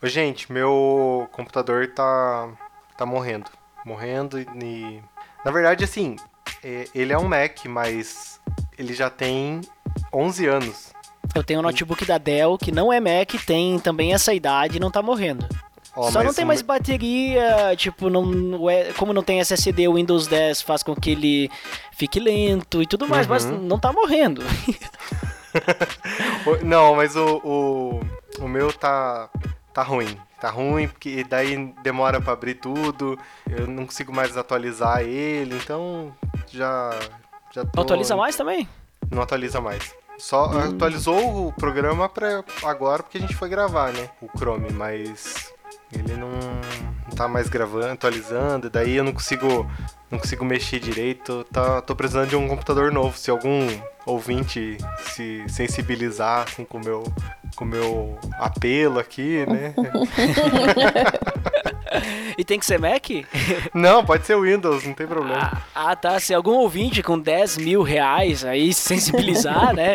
Ô, gente, meu computador tá morrendo. Morrendo e... Na verdade, assim, ele é um Mac, mas ele já tem 11 anos. Eu tenho um notebook da Dell que não é Mac, tem também essa idade e não tá morrendo. Só não tem mais bateria, tipo, como não tem SSD, o Windows 10 faz com que ele fique lento e tudo mais, mas não tá morrendo. Não, mas o meu tá ruim. Tá ruim, porque daí demora pra abrir tudo, eu não consigo mais atualizar ele, então já tô... Não atualiza mais também? Não atualiza mais. Só atualizou o programa pra agora porque a gente foi gravar, né? O Chrome, mas ele não tá mais gravando, atualizando, daí eu não consigo mexer direito. Tô precisando de um computador novo. Se algum ouvinte se sensibilizar assim, com o meu apelo aqui, né? E tem que ser Mac? Não, pode ser Windows, não tem problema. Tá. Se algum ouvinte com 10 mil reais aí se sensibilizar, né?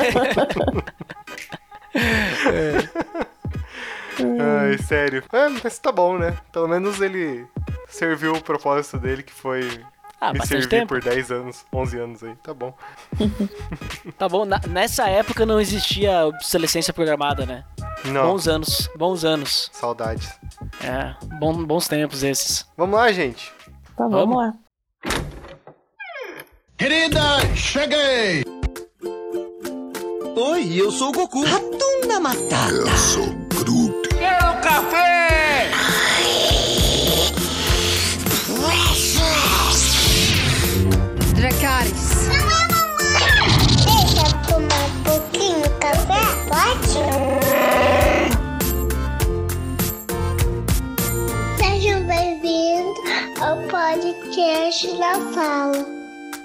Ai, sério. Mas tá bom, né? Pelo menos ele serviu o propósito dele, que foi me servir tempo. por 10 anos, 11 anos aí. Tá bom. Tá bom, nessa época não existia obsolescência programada, né? Não. Bons anos. Saudades. Bons tempos esses. Vamos lá, gente. Tá, vamos lá. Querida, cheguei! Oi, eu sou o Goku. Ratunda Matata. Eu sou Groot. Quero café! Dracarys. Deixa eu tomar um pouquinho de café, pode? Sejam bem-vindos ao podcast da Fala.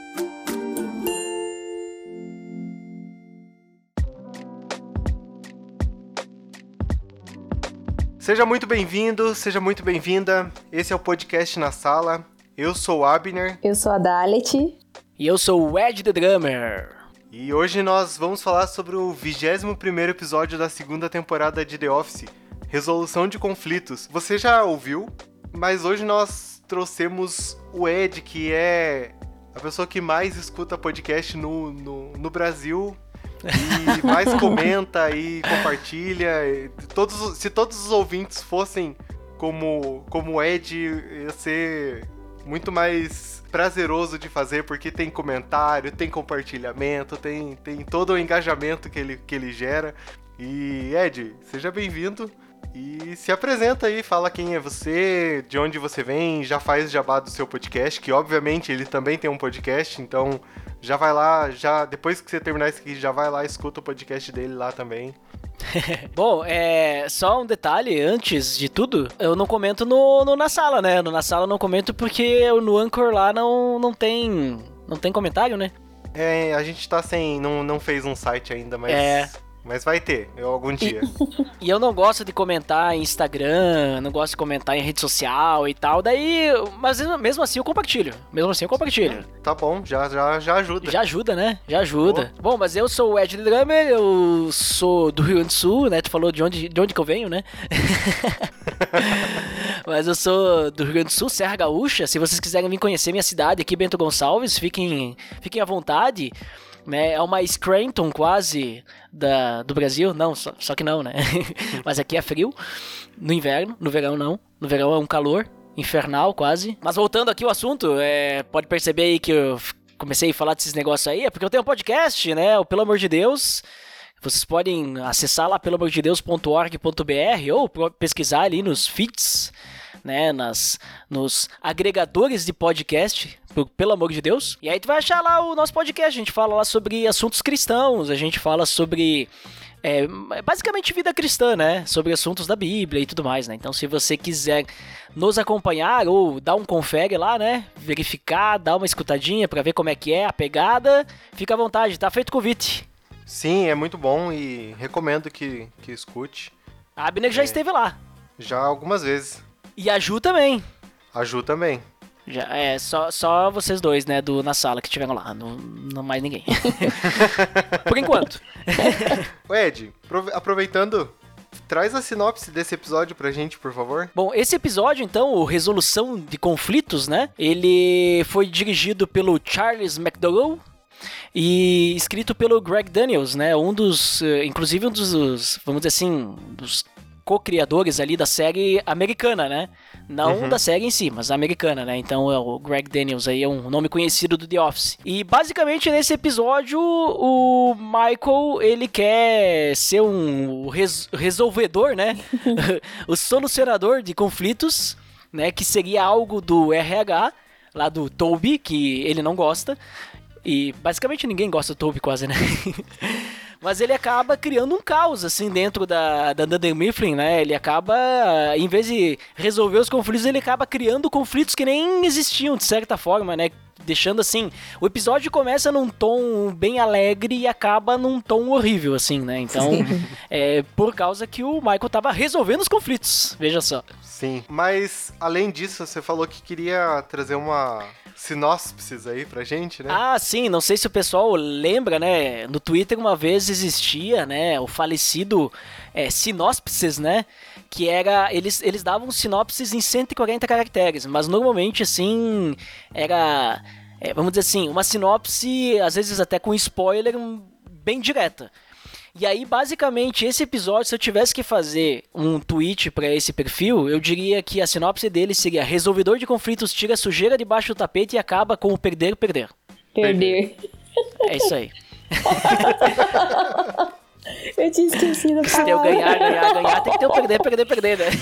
Seja muito bem-vindo, seja muito bem-vinda. Esse é o podcast Na Sala. Eu sou o Abner. Eu sou a Dalet. E eu sou o Ed The Drummer. E hoje nós vamos falar sobre o 21º episódio da segunda temporada de The Office, Resolução de Conflitos. Você já ouviu, mas hoje nós trouxemos o Ed, que é a pessoa que mais escuta podcast no Brasil e mais comenta e compartilha. Se todos os ouvintes fossem como o Ed, ia ser muito mais prazeroso de fazer, porque tem comentário, tem compartilhamento, tem todo o engajamento que ele gera. E Ed, seja bem-vindo e se apresenta aí, fala quem é você, de onde você vem, já faz jabá do seu podcast, que obviamente ele também tem um podcast, então já vai lá, depois que você terminar isso aqui, já vai lá, escuta o podcast dele lá também. Bom, só um detalhe, antes de tudo, eu não comento na sala, né? Na sala eu não comento porque no Anchor lá não tem comentário, né? A gente tá não fez um site ainda, mas vai ter, algum dia. E eu não gosto de comentar em Instagram, não gosto de comentar em rede social e tal, mas mesmo assim eu compartilho. Tá bom, já ajuda. Já ajuda, né? Já ajuda. Bom, mas eu sou o Ed The Drummer, eu sou do Rio Grande do Sul, né? Tu falou de onde que eu venho, né? Mas eu sou do Rio Grande do Sul, Serra Gaúcha. Se vocês quiserem vir conhecer minha cidade aqui, Bento Gonçalves, fiquem à vontade. Né, é uma Scranton quase do Brasil, não, só que não, né? Mas aqui é frio, no inverno, no verão não, no verão é um calor infernal quase. Mas voltando aqui ao assunto, pode perceber aí que eu comecei a falar desses negócios aí, é porque eu tenho um podcast, né, o Pelo Amor de Deus. Vocês podem acessar lá peloamordedeus.org.br ou pesquisar ali nos feeds, né, nos agregadores de podcast, pelo amor de Deus. E aí tu vai achar lá o nosso podcast, a gente fala lá sobre assuntos cristãos, a gente fala sobre basicamente vida cristã, né, sobre assuntos da Bíblia e tudo mais, né. Então se você quiser nos acompanhar ou dar um confere lá, né, verificar, dar uma escutadinha pra ver como é que é a pegada, fica à vontade, tá feito o convite. Sim, é muito bom e recomendo que escute. A Abner já esteve lá. Já algumas vezes. E a Ju também. A Ju também. Já, só vocês dois, né, na sala que estiveram lá, não mais ninguém. Por enquanto. Ed, aproveitando traz a sinopse desse episódio pra gente, por favor. Bom, esse episódio, então, o Resolução de Conflitos, né? Ele foi dirigido pelo Charles McDowell e escrito pelo Greg Daniels, né? Inclusive um dos, vamos dizer assim, dos co-criadores ali da série americana, né? Não da série em si, mas americana, né? Então o Greg Daniels aí é um nome conhecido do The Office. E basicamente nesse episódio o Michael, ele quer ser um resolvedor, né? O solucionador de conflitos, né? Que seria algo do RH, lá do Toby, que ele não gosta. E basicamente ninguém gosta do Toby quase, né? Mas ele acaba criando um caos, assim, dentro da Dunder Mifflin, né? Ele acaba, em vez de resolver os conflitos, ele acaba criando conflitos que nem existiam, de certa forma, né? Deixando, assim, o episódio começa num tom bem alegre e acaba num tom horrível, assim, né? Então, é por causa que o Michael tava resolvendo os conflitos, veja só. Sim, mas além disso, você falou que queria trazer uma sinopsis aí pra gente, né? Ah, sim, não sei se o pessoal lembra, né? No Twitter uma vez existia, né? O falecido sinopsis, né? Que era, eles davam sinopses em 140 caracteres, mas normalmente, assim, era, vamos dizer assim, uma sinopse, às vezes até com spoiler, bem direta. E aí, basicamente, esse episódio, se eu tivesse que fazer um tweet pra esse perfil, eu diria que a sinopse dele seria: resolvedor de conflitos tira sujeira debaixo do tapete e acaba com o perder. Perder. É isso aí. Eu tinha esquecido. Se tem o ganhar, tem que ter o perder, né?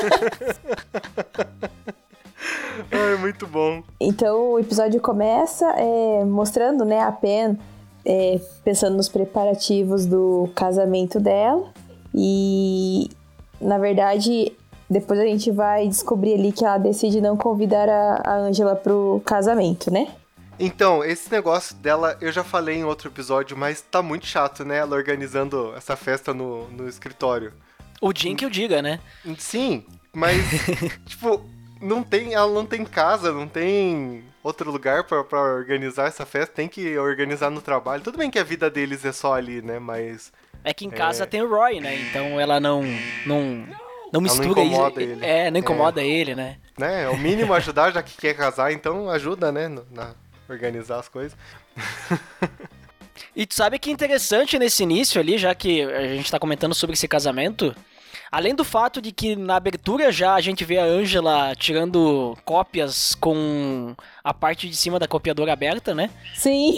Ai, muito bom. Então o episódio começa mostrando, né, a Pen pensando nos preparativos do casamento dela. E, na verdade, depois a gente vai descobrir ali que ela decide não convidar a Angela pro casamento, né? Então, esse negócio dela, eu já falei em outro episódio, mas tá muito chato, né? Ela organizando essa festa no escritório. O Jim que o diga, né? Sim, mas, tipo, ela não tem casa, não tem outro lugar pra organizar essa festa, tem que organizar no trabalho. Tudo bem que a vida deles é só ali, né? Mas... É que em casa tem o Roy, né? Então ela não mistura não incomoda isso. Ele. Não incomoda ele, né? É o mínimo ajudar, já que quer casar, então ajuda, né? Na organizar as coisas. E tu sabe que interessante nesse início ali, já que a gente tá comentando sobre esse casamento, além do fato de que na abertura já a gente vê a Angela tirando cópias com a parte de cima da copiadora aberta, né? Sim.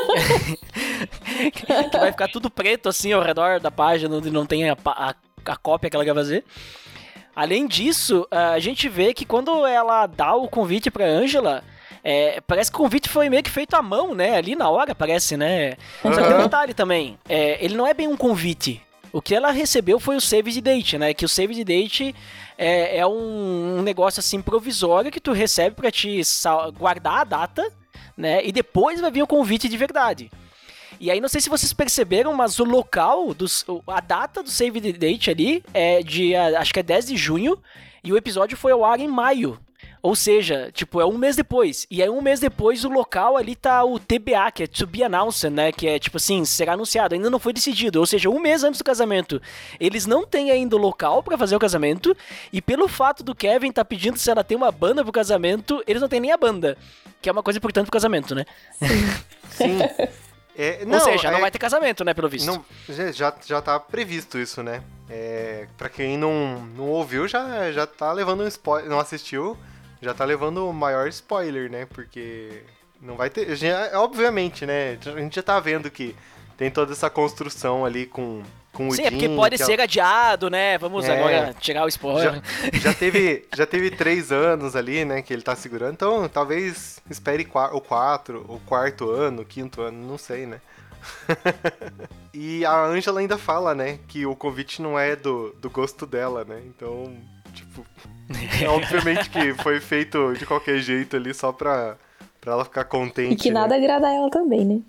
Que vai ficar tudo preto assim ao redor da página onde não tem a cópia que ela quer fazer. Além disso, a gente vê que quando ela dá o convite pra Angela, parece que o convite foi meio que feito à mão, né? Ali na hora, parece, né? Só que tem um detalhe também. Ele não é bem um convite. O que ela recebeu foi o Save the Date, né? Que o Save the Date é um negócio assim provisório que tu recebe pra te guardar a data, né? E depois vai vir o convite de verdade. E aí, não sei se vocês perceberam, mas o local, a data do Save the Date ali é acho que é 10 de junho, e o episódio foi ao ar em maio. Ou seja, tipo, é um mês depois. E aí, um mês depois, o local ali tá o TBA, que é To Be Announced, né? Que é, tipo assim, será anunciado. Ainda não foi decidido. Ou seja, um mês antes do casamento. Eles não têm ainda o local pra fazer o casamento. E pelo fato do Kevin tá pedindo se ela tem uma banda pro casamento, eles não têm nem a banda. Que é uma coisa importante pro casamento, né? Sim. Ou seja, não vai ter casamento, né, pelo visto. Não, já tá previsto isso, né? Pra quem não ouviu, já tá levando um spoiler. Não assistiu, já tá levando o maior spoiler, né? Porque não vai ter... obviamente, né? A gente já tá vendo que tem toda essa construção ali com o Sim, Jim, porque pode ser adiado, né? Vamos agora tirar o spoiler. Já teve 3 anos ali, né, que ele tá segurando, então talvez espere o quarto ano, o quinto ano, não sei, né? E a Angela ainda fala, né, que o convite não é do gosto dela, né? Então, tipo, obviamente que foi feito de qualquer jeito ali só pra ela ficar contente. E que nada agrada a ela também, né?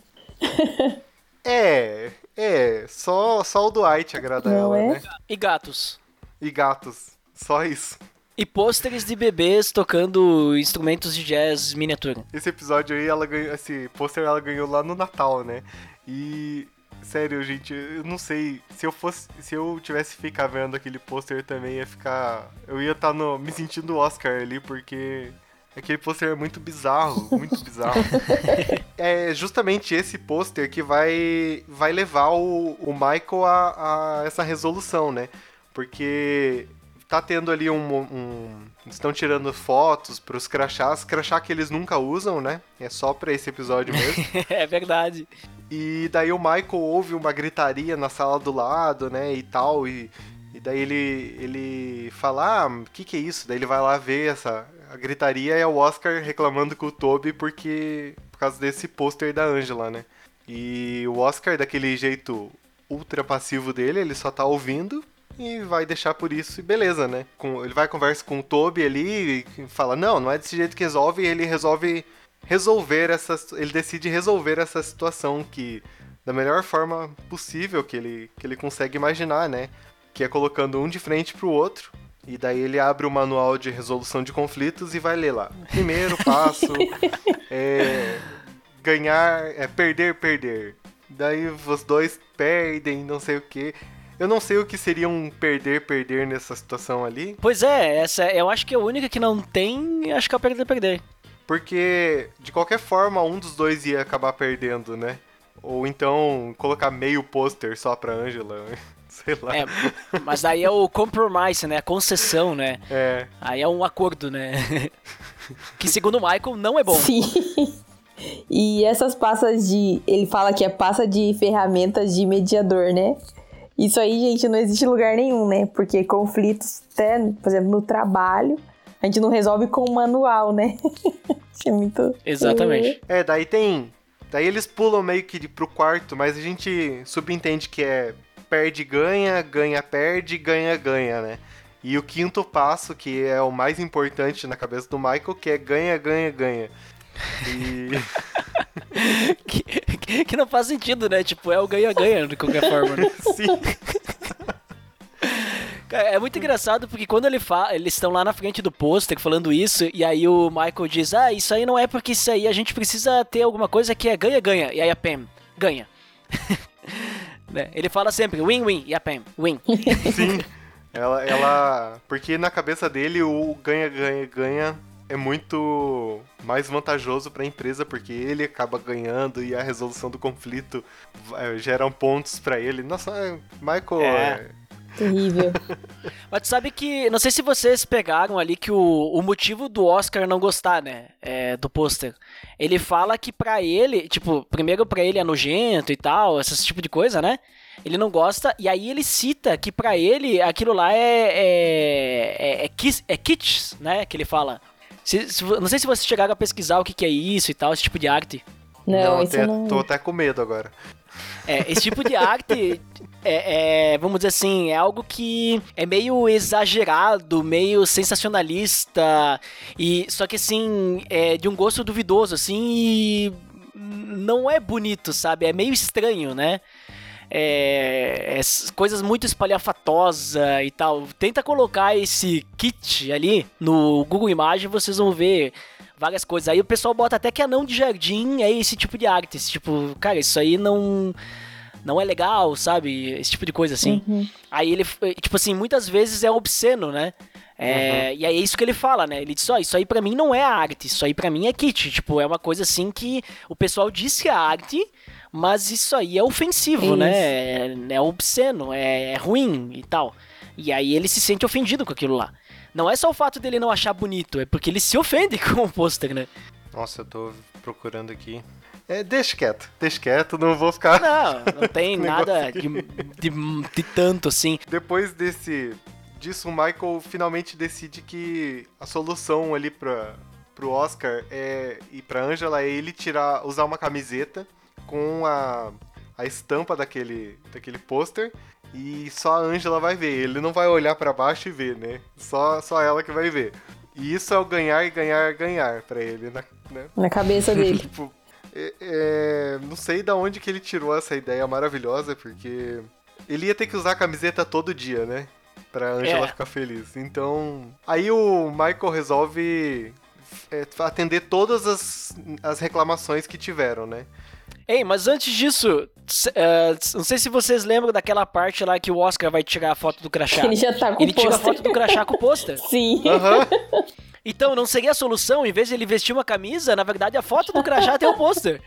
Só o Dwight agrada ela, né? E gatos. E gatos, só isso. E pôsteres de bebês tocando instrumentos de jazz miniatura. Esse episódio aí, esse pôster ela ganhou lá no Natal, né? E Sério, gente, eu não sei. Se eu tivesse que ficar vendo aquele pôster também, eu ia estar me sentindo Oscar ali, porque aquele pôster é muito bizarro, muito bizarro. É justamente esse pôster que vai levar o Michael a essa resolução, né? Porque tá tendo ali estão tirando fotos pros crachás que eles nunca usam, né? É só pra esse episódio mesmo. É verdade. E daí o Michael ouve uma gritaria na sala do lado, né, e tal, e daí ele fala, o que é isso? Daí ele vai lá ver a gritaria e é o Oscar reclamando com o Toby por causa desse pôster da Angela, né? E o Oscar, daquele jeito ultra passivo dele, ele só tá ouvindo e vai deixar por isso e beleza, né? Ele vai conversa com o Toby ali e fala, não é desse jeito que resolve, e ele ele decide resolver essa situação da melhor forma possível que ele consegue imaginar, né? Que é colocando um de frente pro outro, e daí ele abre o manual de resolução de conflitos e vai ler lá. Primeiro passo perder. Daí os dois perdem, não sei o quê. Eu não sei o que seria um perder nessa situação ali. Pois é, eu acho que a única que não tem, acho que é o perder. Porque, de qualquer forma, um dos dois ia acabar perdendo, né? Ou então, colocar meio pôster só pra Angela, sei lá. Mas daí é o compromise, né? A concessão, né? Aí é um acordo, né? Que, segundo o Michael, não é bom. Sim. E essas passas ele fala que é passa de ferramentas de mediador, né? Isso aí, gente, não existe em lugar nenhum, né? Porque conflitos, até, por exemplo, no trabalho, a gente não resolve com um manual, né? É muito... Exatamente. Daí eles pulam meio que pro quarto, mas a gente subentende que é perde, ganha, ganha, perde, ganha, ganha, né? E o quinto passo, que é o mais importante na cabeça do Michael, que é ganha, ganha, ganha. E... que não faz sentido, né? Tipo, é o ganha-ganha de qualquer forma, né? Sim. É muito engraçado porque quando eles estão lá na frente do pôster falando isso, e aí o Michael diz, isso aí não é porque isso aí a gente precisa ter alguma coisa que é ganha-ganha. E aí a Pam, ganha. Né? Ele fala sempre win-win, e a Pam, win. Sim, porque na cabeça dele o ganha-ganha-ganha é muito mais vantajoso pra empresa, porque ele acaba ganhando e a resolução do conflito geram pontos pra ele. Nossa, Michael... Terrível. Mas tu sabe que, não sei se vocês pegaram ali que o motivo do Oscar não gostar, né, do pôster. Ele fala que pra ele, tipo, primeiro pra ele é nojento e tal, esse tipo de coisa, né? Ele não gosta, e aí ele cita que pra ele aquilo lá é kitsch, né, que ele fala. Não sei se vocês chegaram a pesquisar o que é isso e tal, esse tipo de arte. Não, isso não... Tô até com medo agora. Esse tipo de arte, vamos dizer assim, é algo que é meio exagerado, meio sensacionalista, só que assim, é de um gosto duvidoso, assim, e não é bonito, sabe? É meio estranho, né? Coisas muito espalhafatosas e tal. Tenta colocar esse kit ali no Google Imagens, vocês vão ver várias coisas. Aí o pessoal bota até que anão de jardim é esse tipo de arte. Esse tipo, cara, isso aí não é legal, sabe? Esse tipo de coisa assim. Uhum. Aí ele, tipo assim, muitas vezes é obsceno, né? E aí é isso que ele fala, né? Ele diz, isso aí pra mim não é arte, isso aí pra mim é kit. Tipo, é uma coisa assim que o pessoal diz que é arte, mas isso aí é ofensivo, Isso. né? É obsceno, é ruim e tal. E aí ele se sente ofendido com aquilo lá. Não é só o fato dele não achar bonito, é porque ele se ofende com o pôster, né? Nossa, eu tô procurando aqui. Deixa quieto, não vou ficar... Não tem nada de tanto assim. Depois disso, o Michael finalmente decide que a solução ali pro Oscar e pra Angela é ele usar uma camiseta com a estampa daquele pôster, e só a Angela vai ver. Ele não vai olhar pra baixo e ver, né? Só ela que vai ver. E isso é o ganhar e ganhar, ganhar pra ele, né? Na cabeça dele. Tipo, não sei de onde que ele tirou essa ideia maravilhosa, porque ele ia ter que usar a camiseta todo dia, né? Pra Angela ficar feliz. Então, aí o Michael resolve atender todas as reclamações que tiveram, né? Ei, mas antes disso, não sei se vocês lembram daquela parte lá que o Oscar vai tirar a foto do crachá. Ele já tá com Ele o tira a pôster. foto do crachá com o pôster. Sim. Aham. Então, não seria a solução, em vez de ele vestir uma camisa, na verdade a foto do crachá tem o pôster.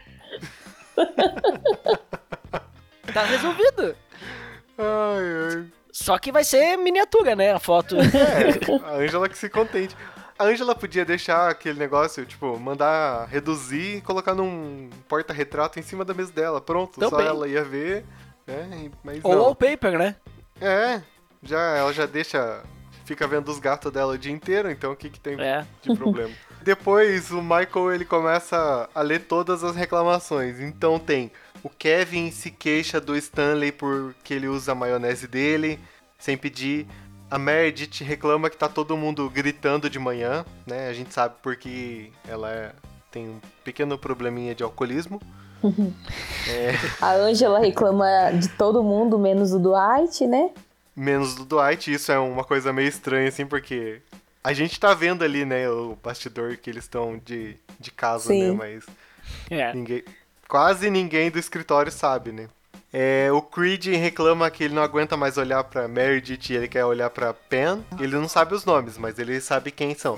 Tá resolvido. Ai, ai. Só que vai ser miniatura, né, a foto. A Ângela que se contente. A Ângela podia deixar aquele negócio, tipo, mandar reduzir e colocar num porta-retrato em cima da mesa dela. Pronto, só Também. ela ia ver, né? Mas Ou não. wallpaper, né? Ela já deixa... Fica vendo os gatos dela o dia inteiro, então o que tem É. de problema? Depois, o Michael, ele começa a ler todas as reclamações. Então tem... O Kevin se queixa do Stanley porque ele usa a maionese dele, sem pedir. A Meredith reclama que tá todo mundo gritando de manhã, né? A gente sabe porque ela tem um pequeno probleminha de alcoolismo. A Ângela reclama de todo mundo, menos o Dwight, né? Menos do Dwight, isso é uma coisa meio estranha, assim, porque a gente tá vendo ali, né, o bastidor que eles estão de casa, Sim. né? Mas É. quase ninguém do escritório sabe, né? O Creed reclama que ele não aguenta mais olhar pra Meredith e ele quer olhar pra Pen. Ele não sabe os nomes, mas ele sabe quem são.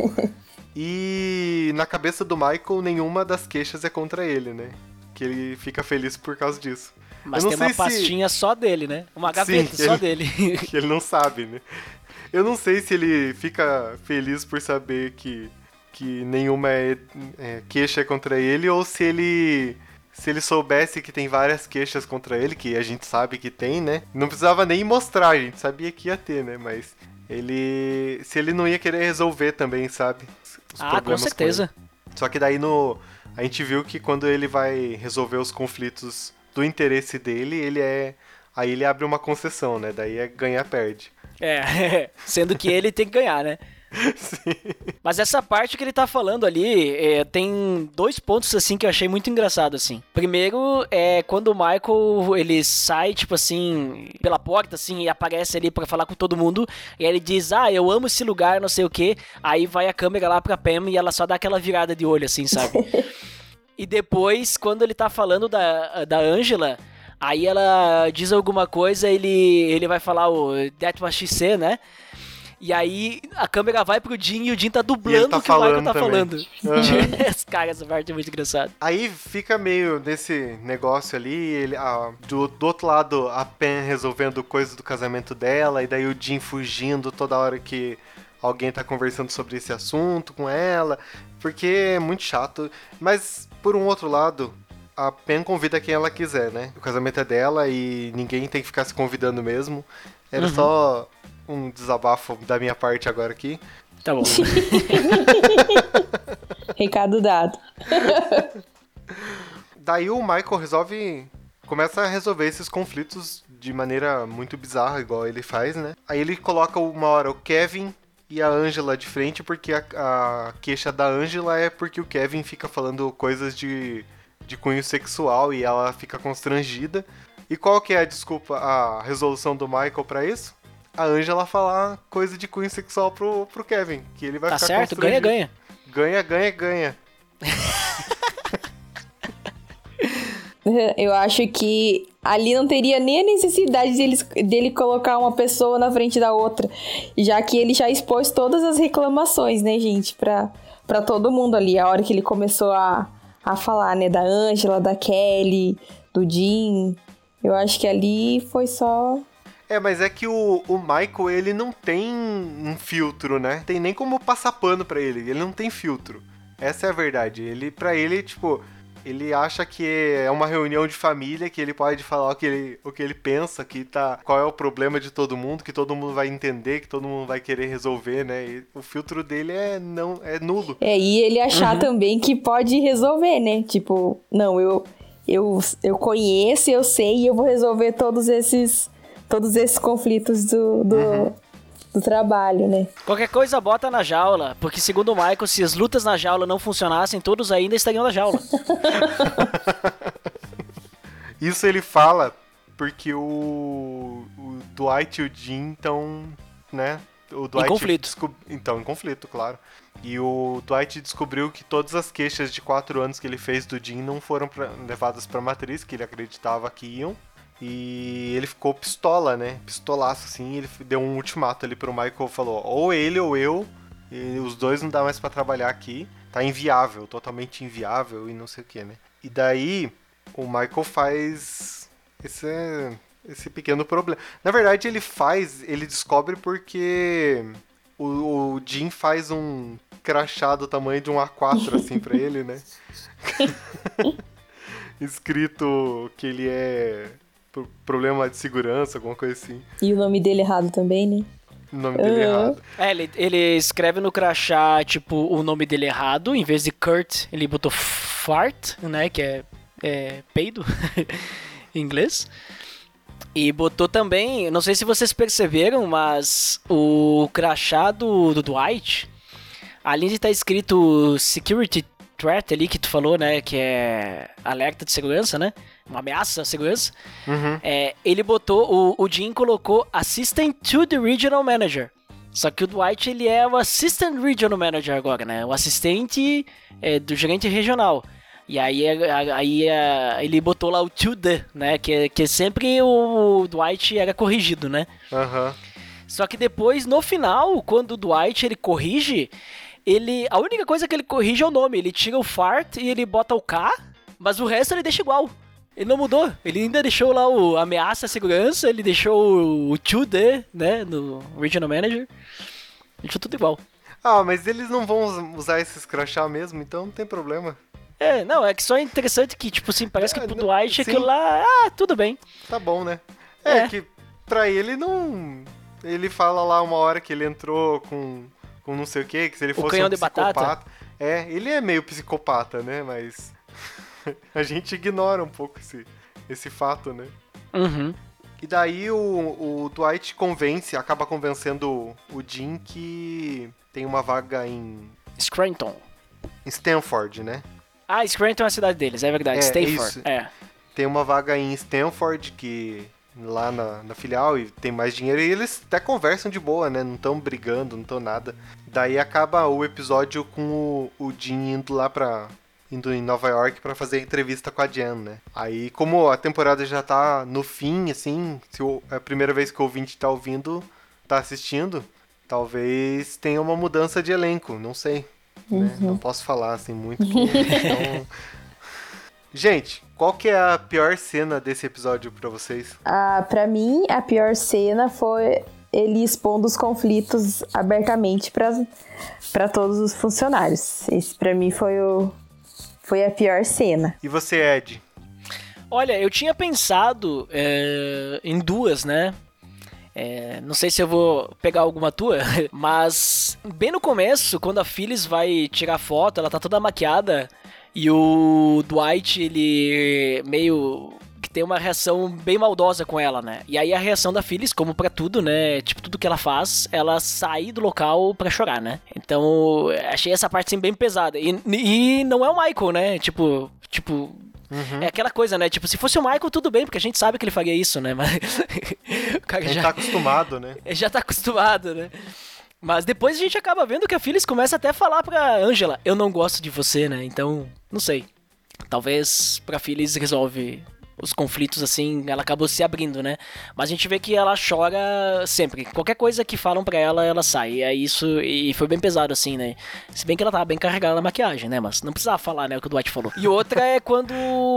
E na cabeça do Michael, nenhuma das queixas é contra ele, né? Que ele fica feliz por causa disso. Mas Eu tem não uma sei se- pastinha só dele, né? Uma gaveta que só ele- dele. Que ele não sabe, né? Eu não sei se ele fica feliz por saber que nenhuma queixa é contra ele ou se ele soubesse que tem várias queixas contra ele, que a gente sabe que tem, né? Não precisava nem mostrar, a gente sabia que ia ter, né? Mas se ele não ia querer resolver também, sabe? Os Com problemas certeza. ele. Só que daí a gente viu que quando ele vai resolver os conflitos do interesse dele, aí ele abre uma concessão, né? Daí é ganha-perde. Sendo que ele tem que ganhar, né? Sim. Mas essa parte que ele tá falando ali, tem dois pontos, assim, que eu achei muito engraçado, assim. Primeiro, quando o Michael, ele sai, tipo assim, pela porta, assim, e aparece ali pra falar com todo mundo, e aí ele diz, eu amo esse lugar, não sei o quê. Aí vai a câmera lá pra Pam e ela só dá aquela virada de olho, assim, sabe? E depois, quando ele tá falando da Angela, aí ela diz alguma coisa, ele vai falar o That was she said, né? E aí a câmera vai pro Jim e o Jim tá dublando tá o que o Michael tá falando falando. Cara, essa parte é muito engraçada. Aí fica meio nesse negócio ali, do outro lado a Pen resolvendo coisas do casamento dela, e daí o Jim fugindo toda hora que alguém tá conversando sobre esse assunto com ela, porque é muito chato. Mas, por um outro lado, a Pen convida quem ela quiser, né? O casamento é dela e ninguém tem que ficar se convidando mesmo. Era só um desabafo da minha parte agora aqui. Tá bom. Recado dado. Daí o Michael começa a resolver esses conflitos de maneira muito bizarra, igual ele faz, né? Aí ele coloca uma hora o Kevin e a Angela de frente, porque a queixa da Angela é porque o Kevin fica falando coisas de cunho sexual e ela fica constrangida. E qual que é a desculpa, a resolução do Michael pra isso? A Angela falar coisa de cunho sexual pro Kevin, que ele vai Tá ficar certo? constrangido. Ganha. Eu acho que ali não teria nem a necessidade dele colocar uma pessoa na frente da outra, já que ele já expôs todas as reclamações, né, gente, pra todo mundo ali. A hora que ele começou a falar, né, da Angela, da Kelly, do Jim, eu acho que ali foi só... Mas é que o Michael, ele não tem um filtro, né? Não tem nem como passar pano pra ele. Ele não tem filtro. Essa é a verdade. Pra ele, tipo, ele acha que é uma reunião de família, que ele pode falar o que ele pensa, qual é o problema de todo mundo, que todo mundo vai entender, que todo mundo vai querer resolver, né? E o filtro dele é nulo. E ele achar também que pode resolver, né? Tipo, não, eu conheço, eu sei e eu vou resolver todos esses conflitos do trabalho, né? Qualquer coisa bota na jaula, porque segundo o Michael, se as lutas na jaula não funcionassem, todos ainda estariam na jaula. Isso ele fala porque o Dwight e o Jim estão, né? O Dwight conflito. Então, em conflito, claro. E o Dwight descobriu que todas as queixas de 4 anos que ele fez do Jim não foram levadas pra matriz, que ele acreditava que iam. E ele ficou pistola, né? Pistolaço, assim. Ele deu um ultimato ali pro Michael, falou, ou ele ou eu, e os dois não dá mais pra trabalhar aqui. Tá inviável, totalmente inviável e não sei o que, né? E daí, o Michael faz esse pequeno problema. Na verdade, ele descobre porque o Jim faz um crachá do tamanho de um A4, assim, pra ele, né? Escrito que ele é problema de segurança, alguma coisa assim. E o nome dele errado também, né? O nome dele errado. Ele escreve no crachá, tipo, o nome dele errado. Em vez de Kurt, ele botou fart, né? Que é peido em inglês. E botou também, não sei se vocês perceberam, mas o crachá do Dwight, além de estar escrito Security Threat ali, que tu falou, né? Que é alerta de segurança, né? Uma ameaça à segurança. Uhum. Ele botou, o Jim colocou Assistant to the Regional Manager. Só que o Dwight, ele é o Assistant Regional Manager agora, né? O assistente do gerente regional. E aí ele botou lá o to the, né? Que sempre o Dwight era corrigido, né? Aham. Só que depois, no final, quando o Dwight ele corrige, a única coisa que ele corrige é o nome. Ele tira o fart e ele bota o K, mas o resto ele deixa igual. Ele não mudou. Ele ainda deixou lá o ameaça à segurança, ele deixou o to the, né, no Regional Manager. Deixou tudo igual. Ah, mas eles não vão usar esses crachá mesmo, então não tem problema. Não, é que só é interessante que, tipo assim, parece que pro Dwight sim. aquilo lá, tudo bem. Tá bom, né? É. Que pra ele não... Ele fala lá uma hora que ele entrou com não sei o que se ele fosse canhão um de batata. psicopata. Ele é meio psicopata, né? Mas a gente ignora um pouco esse fato, né? Uhum. E daí o Dwight acaba convencendo o Jim que tem uma vaga em Scranton. Stanford, né? Scranton é a cidade deles, é verdade. Stanford. Isso. Tem uma vaga em Stanford lá na filial e tem mais dinheiro e eles até conversam de boa, né? Não estão brigando, não estão nada. Daí acaba o episódio com o Jim indo em Nova York pra fazer a entrevista com a Jen, né? Aí, como a temporada já tá no fim, assim, se é a primeira vez que o ouvinte tá ouvindo, tá assistindo, talvez tenha uma mudança de elenco, não sei. Né? Não posso falar assim muito. Então... Gente, qual que é a pior cena desse episódio pra vocês? Pra mim, a pior cena foi ele expondo os conflitos abertamente pra todos os funcionários. Esse pra mim foi a pior cena. E você, Ed? Olha, eu tinha pensado em duas, né? Não sei se eu vou pegar alguma tua, mas bem no começo, quando a Phyllis vai tirar foto, ela tá toda maquiada e o Dwight, ele meio que tem uma reação bem maldosa com ela, né? E aí a reação da Phyllis, como pra tudo, né? Tipo, tudo que ela faz, ela sai do local pra chorar, né? Então, achei essa parte assim bem pesada. E não é o Michael, né? Tipo... Uhum. É aquela coisa, né? Tipo, se fosse o Michael, tudo bem, porque a gente sabe que ele faria isso, né? Mas o cara a gente tá acostumado, né? Já tá acostumado, né? Mas depois a gente acaba vendo que a Phyllis começa até a falar pra Angela, eu não gosto de você, né? Então, não sei. Talvez pra Phyllis resolve os conflitos, assim, ela acabou se abrindo, né? Mas a gente vê que ela chora sempre. Qualquer coisa que falam pra ela, ela sai. E foi bem pesado, assim, né? Se bem que ela tava bem carregada na maquiagem, né? Mas não precisava falar, né? O que o Dwight falou. E outra é quando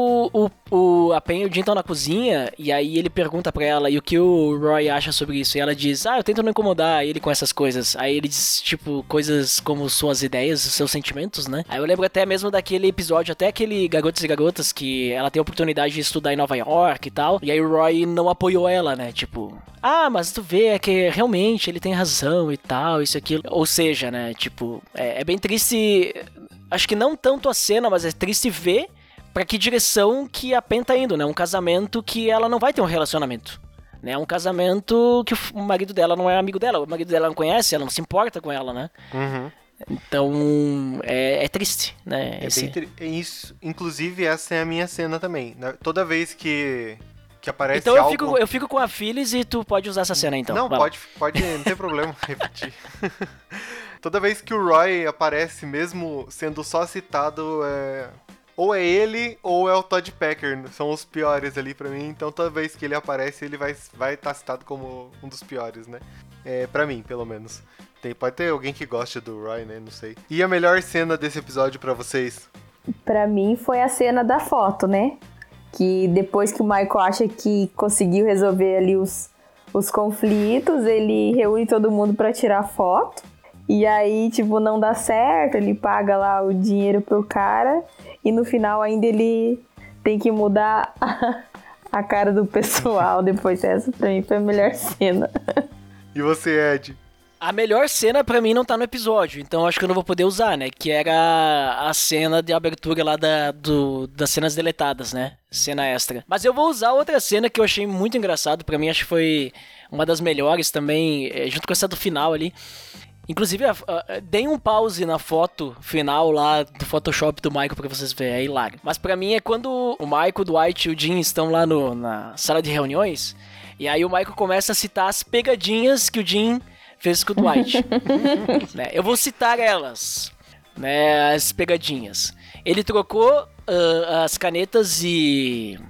a Pen e o Jim estão na cozinha, e aí ele pergunta pra ela, e o que o Roy acha sobre isso? E ela diz, eu tento não incomodar ele com essas coisas. Aí ele diz, tipo, coisas como suas ideias, seus sentimentos, né? Aí eu lembro até mesmo daquele episódio, até aquele Garotos e Garotas, que ela tem a oportunidade de estudar em Nova York e tal, e aí o Roy não apoiou ela, né, tipo, mas tu vê, é que realmente ele tem razão e tal, isso e aquilo, ou seja, né, tipo, é bem triste, acho que não tanto a cena, mas é triste ver pra que direção que a Pen tá indo, né, um casamento que ela não vai ter um relacionamento, né, um casamento que o marido dela não é amigo dela, o marido dela não conhece, ela não se importa com ela, né. Uhum. Então, é triste, né? Isso, inclusive, essa é a minha cena também. Toda vez que aparece então algo... eu fico com a Phyllis e tu pode usar essa cena, então. Não, pode, não tem problema repetir. Toda vez que o Roy aparece, mesmo sendo só citado, ou é ele ou é o Todd Packer. São os piores ali pra mim. Então toda vez que ele aparece, ele vai estar citado como um dos piores, né? Pra mim, pelo menos. Pode ter alguém que goste do Roy, né? Não sei. E a melhor cena desse episódio pra vocês? Pra mim foi a cena da foto, né? Que depois que o Michael acha que conseguiu resolver ali os conflitos, ele reúne todo mundo pra tirar foto. E aí, tipo, não dá certo, ele paga lá o dinheiro pro cara. E no final ainda ele tem que mudar a cara do pessoal. Depois essa pra mim foi a melhor cena. E você, Ed? A melhor cena pra mim não tá no episódio, então acho que eu não vou poder usar, né? Que era a cena de abertura lá das cenas deletadas, né? Cena extra. Mas eu vou usar outra cena que eu achei muito engraçado, pra mim acho que foi uma das melhores também, junto com essa do final ali. Inclusive, deem um pause na foto final lá do Photoshop do Michael pra vocês verem, é hilário. Mas pra mim é quando o Michael, o Dwight e o Jim estão lá na sala de reuniões, e aí o Michael começa a citar as pegadinhas que o Jim fez com o Dwight. Né? Eu vou citar elas, né, as pegadinhas. Ele trocou as canetas e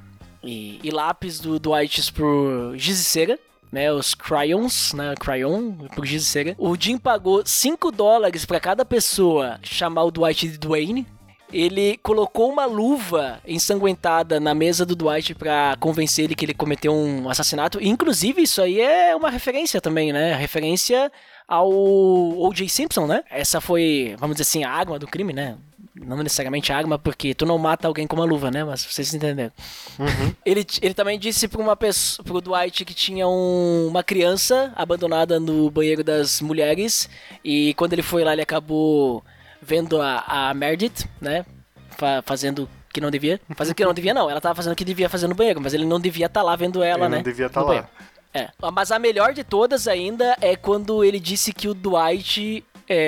lápis do Dwight por giz e cera, né, os crayons, né, crayon por giz e cera. O Jim pagou $5 pra cada pessoa chamar o Dwight de Dwayne. Ele colocou uma luva ensanguentada na mesa do Dwight pra convencer ele que ele cometeu um assassinato. E, inclusive, isso aí é uma referência também, né? Referência ao O.J. Simpson, né? Essa foi, vamos dizer assim, a arma do crime, né? Não necessariamente a arma, porque tu não mata alguém com uma luva, né? Mas vocês entenderam. Uhum. Ele também disse pro Dwight que tinha uma criança abandonada no banheiro das mulheres. E quando ele foi lá, ele acabou vendo a Meredith, né, fazendo que não devia. Fazendo que não devia, não. Ela tava fazendo o que devia fazer no banheiro, mas ele não devia estar lá vendo ela, ele né? Não devia estar lá. Mas a melhor de todas ainda é quando ele disse que o Dwight,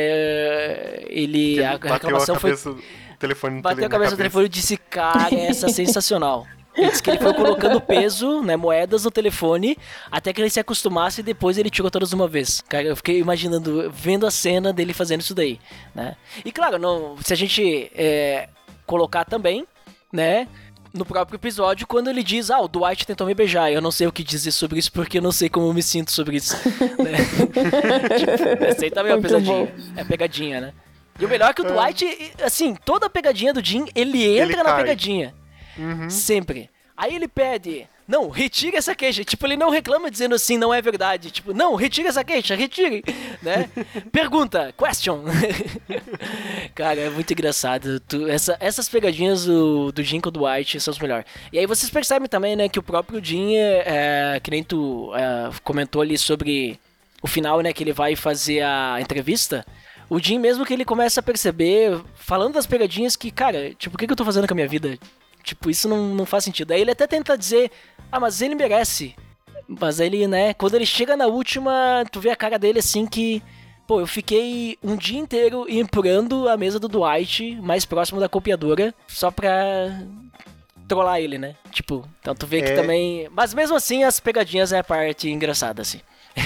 a reclamação foi... Bateu a cabeça do telefone e disse, cara, essa é sensacional. Ele disse que ele foi colocando peso, né, moedas no telefone, até que ele se acostumasse e depois ele tirou todas de uma vez. Cara, eu fiquei imaginando, vendo a cena dele fazendo isso daí, né? E claro, se a gente colocar também, né, no próprio episódio, quando ele diz, o Dwight tentou me beijar, eu não sei o que dizer sobre isso porque eu não sei como eu me sinto sobre isso, né? Tipo, essa aí também é uma pesadinha, é pegadinha, né? E o melhor é que o Dwight, assim, toda a pegadinha do Jim, ele entra na pegadinha. Uhum. Sempre. Aí ele pede, não, retire essa queixa. Tipo, ele não reclama dizendo assim, não é verdade. Tipo, não, retire essa queixa, retire, né? Pergunta, question. Cara, é muito engraçado. Essas pegadinhas do Jim com o Dwight são os melhores. E aí vocês percebem também, né, que o próprio Jim, que nem tu comentou ali sobre o final, né, que ele vai fazer a entrevista. O Jim, mesmo que ele começa a perceber, falando das pegadinhas, que, cara, tipo, o que eu tô fazendo com a minha vida? Tipo, isso não faz sentido. Aí ele até tenta dizer, mas ele merece. Mas aí ele, né, quando ele chega na última, tu vê a cara dele assim que... Pô, eu fiquei um dia inteiro empurrando a mesa do Dwight mais próximo da copiadora, só pra trollar ele, né? Tipo, então tu vê que também... Mas mesmo assim, as pegadinhas é a parte engraçada, assim.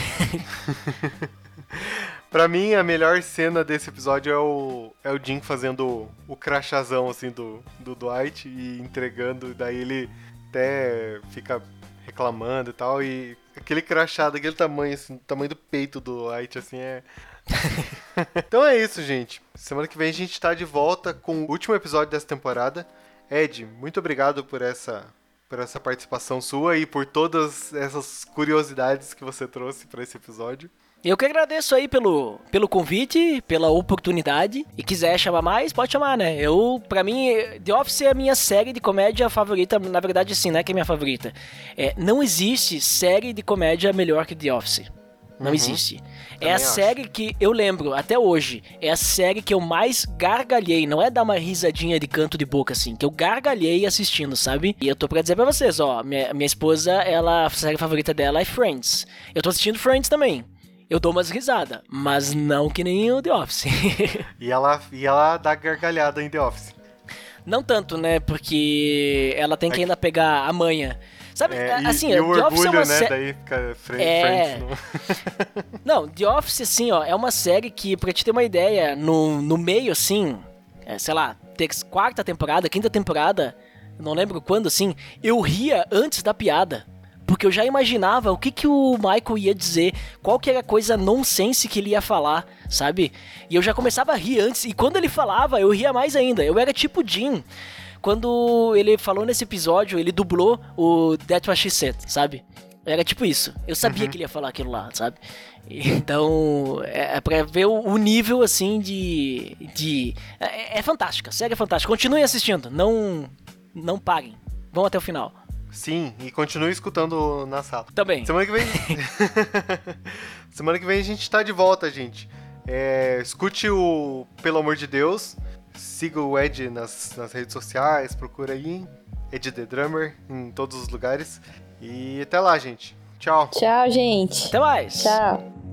Pra mim, a melhor cena desse episódio é o Jim fazendo o crachazão, assim, do Dwight e entregando, e daí ele até fica reclamando e tal, e aquele crachá daquele tamanho, assim, tamanho do peito do Dwight, assim, Então é isso, gente. Semana que vem a gente tá de volta com o último episódio dessa temporada. Ed, muito obrigado por essa participação sua e por todas essas curiosidades que você trouxe pra esse episódio. Eu que agradeço aí pelo convite, pela oportunidade. E quiser chamar mais, pode chamar, né? Pra mim, The Office é a minha série de comédia favorita. Na verdade, assim, não é que é minha favorita. Não existe série de comédia melhor que The Office. Não existe. É a série que eu lembro, até hoje, é a série que eu mais gargalhei. Não é dar uma risadinha de canto de boca, assim, que eu gargalhei assistindo, sabe? E eu tô pra dizer pra vocês, ó, minha esposa, a série favorita dela é Friends. Eu tô assistindo Friends também. Eu dou umas risadas, mas não que nem o The Office. E ela dá gargalhada em The Office. Não tanto, né? Porque ela tem que ainda pegar a manha. Sabe, assim, e o The Office é orgulho, uma né? série... Daí fica É. Friends. Não, The Office, assim, ó, é uma série que, pra te ter uma ideia, no meio, assim, sei lá, quarta temporada, quinta temporada, não lembro quando, assim, eu ria antes da piada. Porque eu já imaginava o que o Michael ia dizer, qual que era a coisa nonsense que ele ia falar, sabe? E eu já começava a rir antes, e quando ele falava, eu ria mais ainda. Eu era tipo Jim, quando ele falou nesse episódio, ele dublou o That's What She Said, sabe? Era tipo isso. Eu sabia que ele ia falar aquilo lá, sabe? Então, é pra ver o nível, assim, É fantástica, a série é fantástica. Continuem assistindo, não parem. Vão até o final. Sim, e continue escutando na sala. Também. Semana que vem... Semana que vem a gente tá de volta, gente. Escute o Pelo Amor de Deus. Siga o Ed nas redes sociais. Procura aí. Ed The Drummer em todos os lugares. E até lá, gente. Tchau. Tchau, gente. Até mais. Tchau.